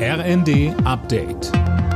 RND Update.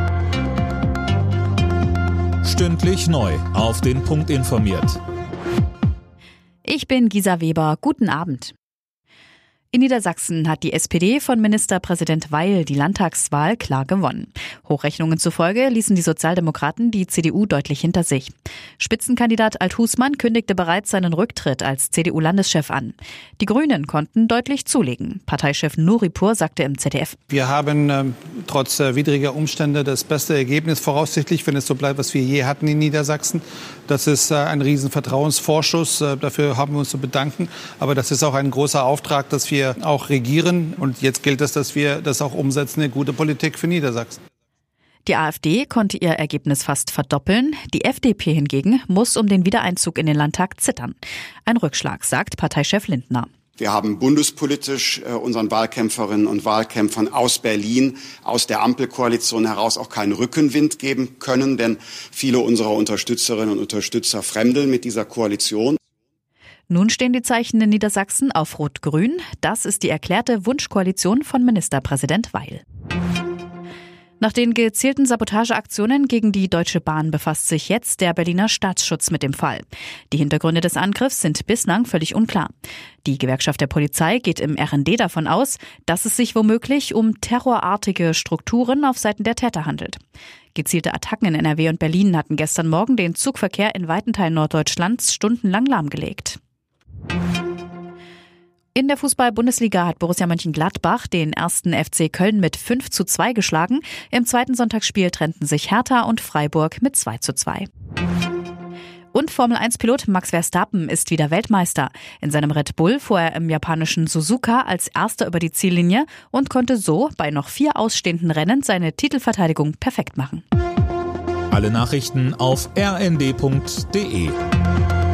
Stündlich neu auf den Punkt informiert. Ich bin Gisa Weber. Guten Abend. In Niedersachsen hat die SPD von Ministerpräsident Weil die Landtagswahl klar gewonnen. Hochrechnungen zufolge ließen die Sozialdemokraten die CDU deutlich hinter sich. Spitzenkandidat Alt-Husmann kündigte bereits seinen Rücktritt als CDU-Landeschef an. Die Grünen konnten deutlich zulegen. Parteichef Nuripur sagte im ZDF: Wir haben trotz widriger Umstände das beste Ergebnis voraussichtlich, wenn es so bleibt, was wir je hatten in Niedersachsen. Das ist ein riesen Vertrauensvorschuss. Dafür haben wir uns zu bedanken. Aber das ist auch ein großer Auftrag, dass wir auch regieren. Und jetzt gilt es, dass wir das auch umsetzen, eine gute Politik für Niedersachsen. Die AfD konnte ihr Ergebnis fast verdoppeln. Die FDP hingegen muss um den Wiedereinzug in den Landtag zittern. Ein Rückschlag, sagt Parteichef Lindner. Wir haben bundespolitisch unseren Wahlkämpferinnen und Wahlkämpfern aus Berlin, aus der Ampelkoalition heraus auch keinen Rückenwind geben können, denn viele unserer Unterstützerinnen und Unterstützer fremdeln mit dieser Koalition. Nun stehen die Zeichen in Niedersachsen auf Rot-Grün. Das ist die erklärte Wunschkoalition von Ministerpräsident Weil. Nach den gezielten Sabotageaktionen gegen die Deutsche Bahn befasst sich jetzt der Berliner Staatsschutz mit dem Fall. Die Hintergründe des Angriffs sind bislang völlig unklar. Die Gewerkschaft der Polizei geht im RND davon aus, dass es sich womöglich um terrorartige Strukturen auf Seiten der Täter handelt. Gezielte Attacken in NRW und Berlin hatten gestern Morgen den Zugverkehr in weiten Teilen Norddeutschlands stundenlang lahmgelegt. In der Fußball-Bundesliga hat Borussia Mönchengladbach den ersten FC Köln mit 5:2 geschlagen. Im zweiten Sonntagsspiel trennten sich Hertha und Freiburg mit 2:2. Und Formel-1-Pilot Max Verstappen ist wieder Weltmeister. In seinem Red Bull fuhr er im japanischen Suzuka als Erster über die Ziellinie und konnte so bei noch 4 ausstehenden Rennen seine Titelverteidigung perfekt machen. Alle Nachrichten auf rnd.de.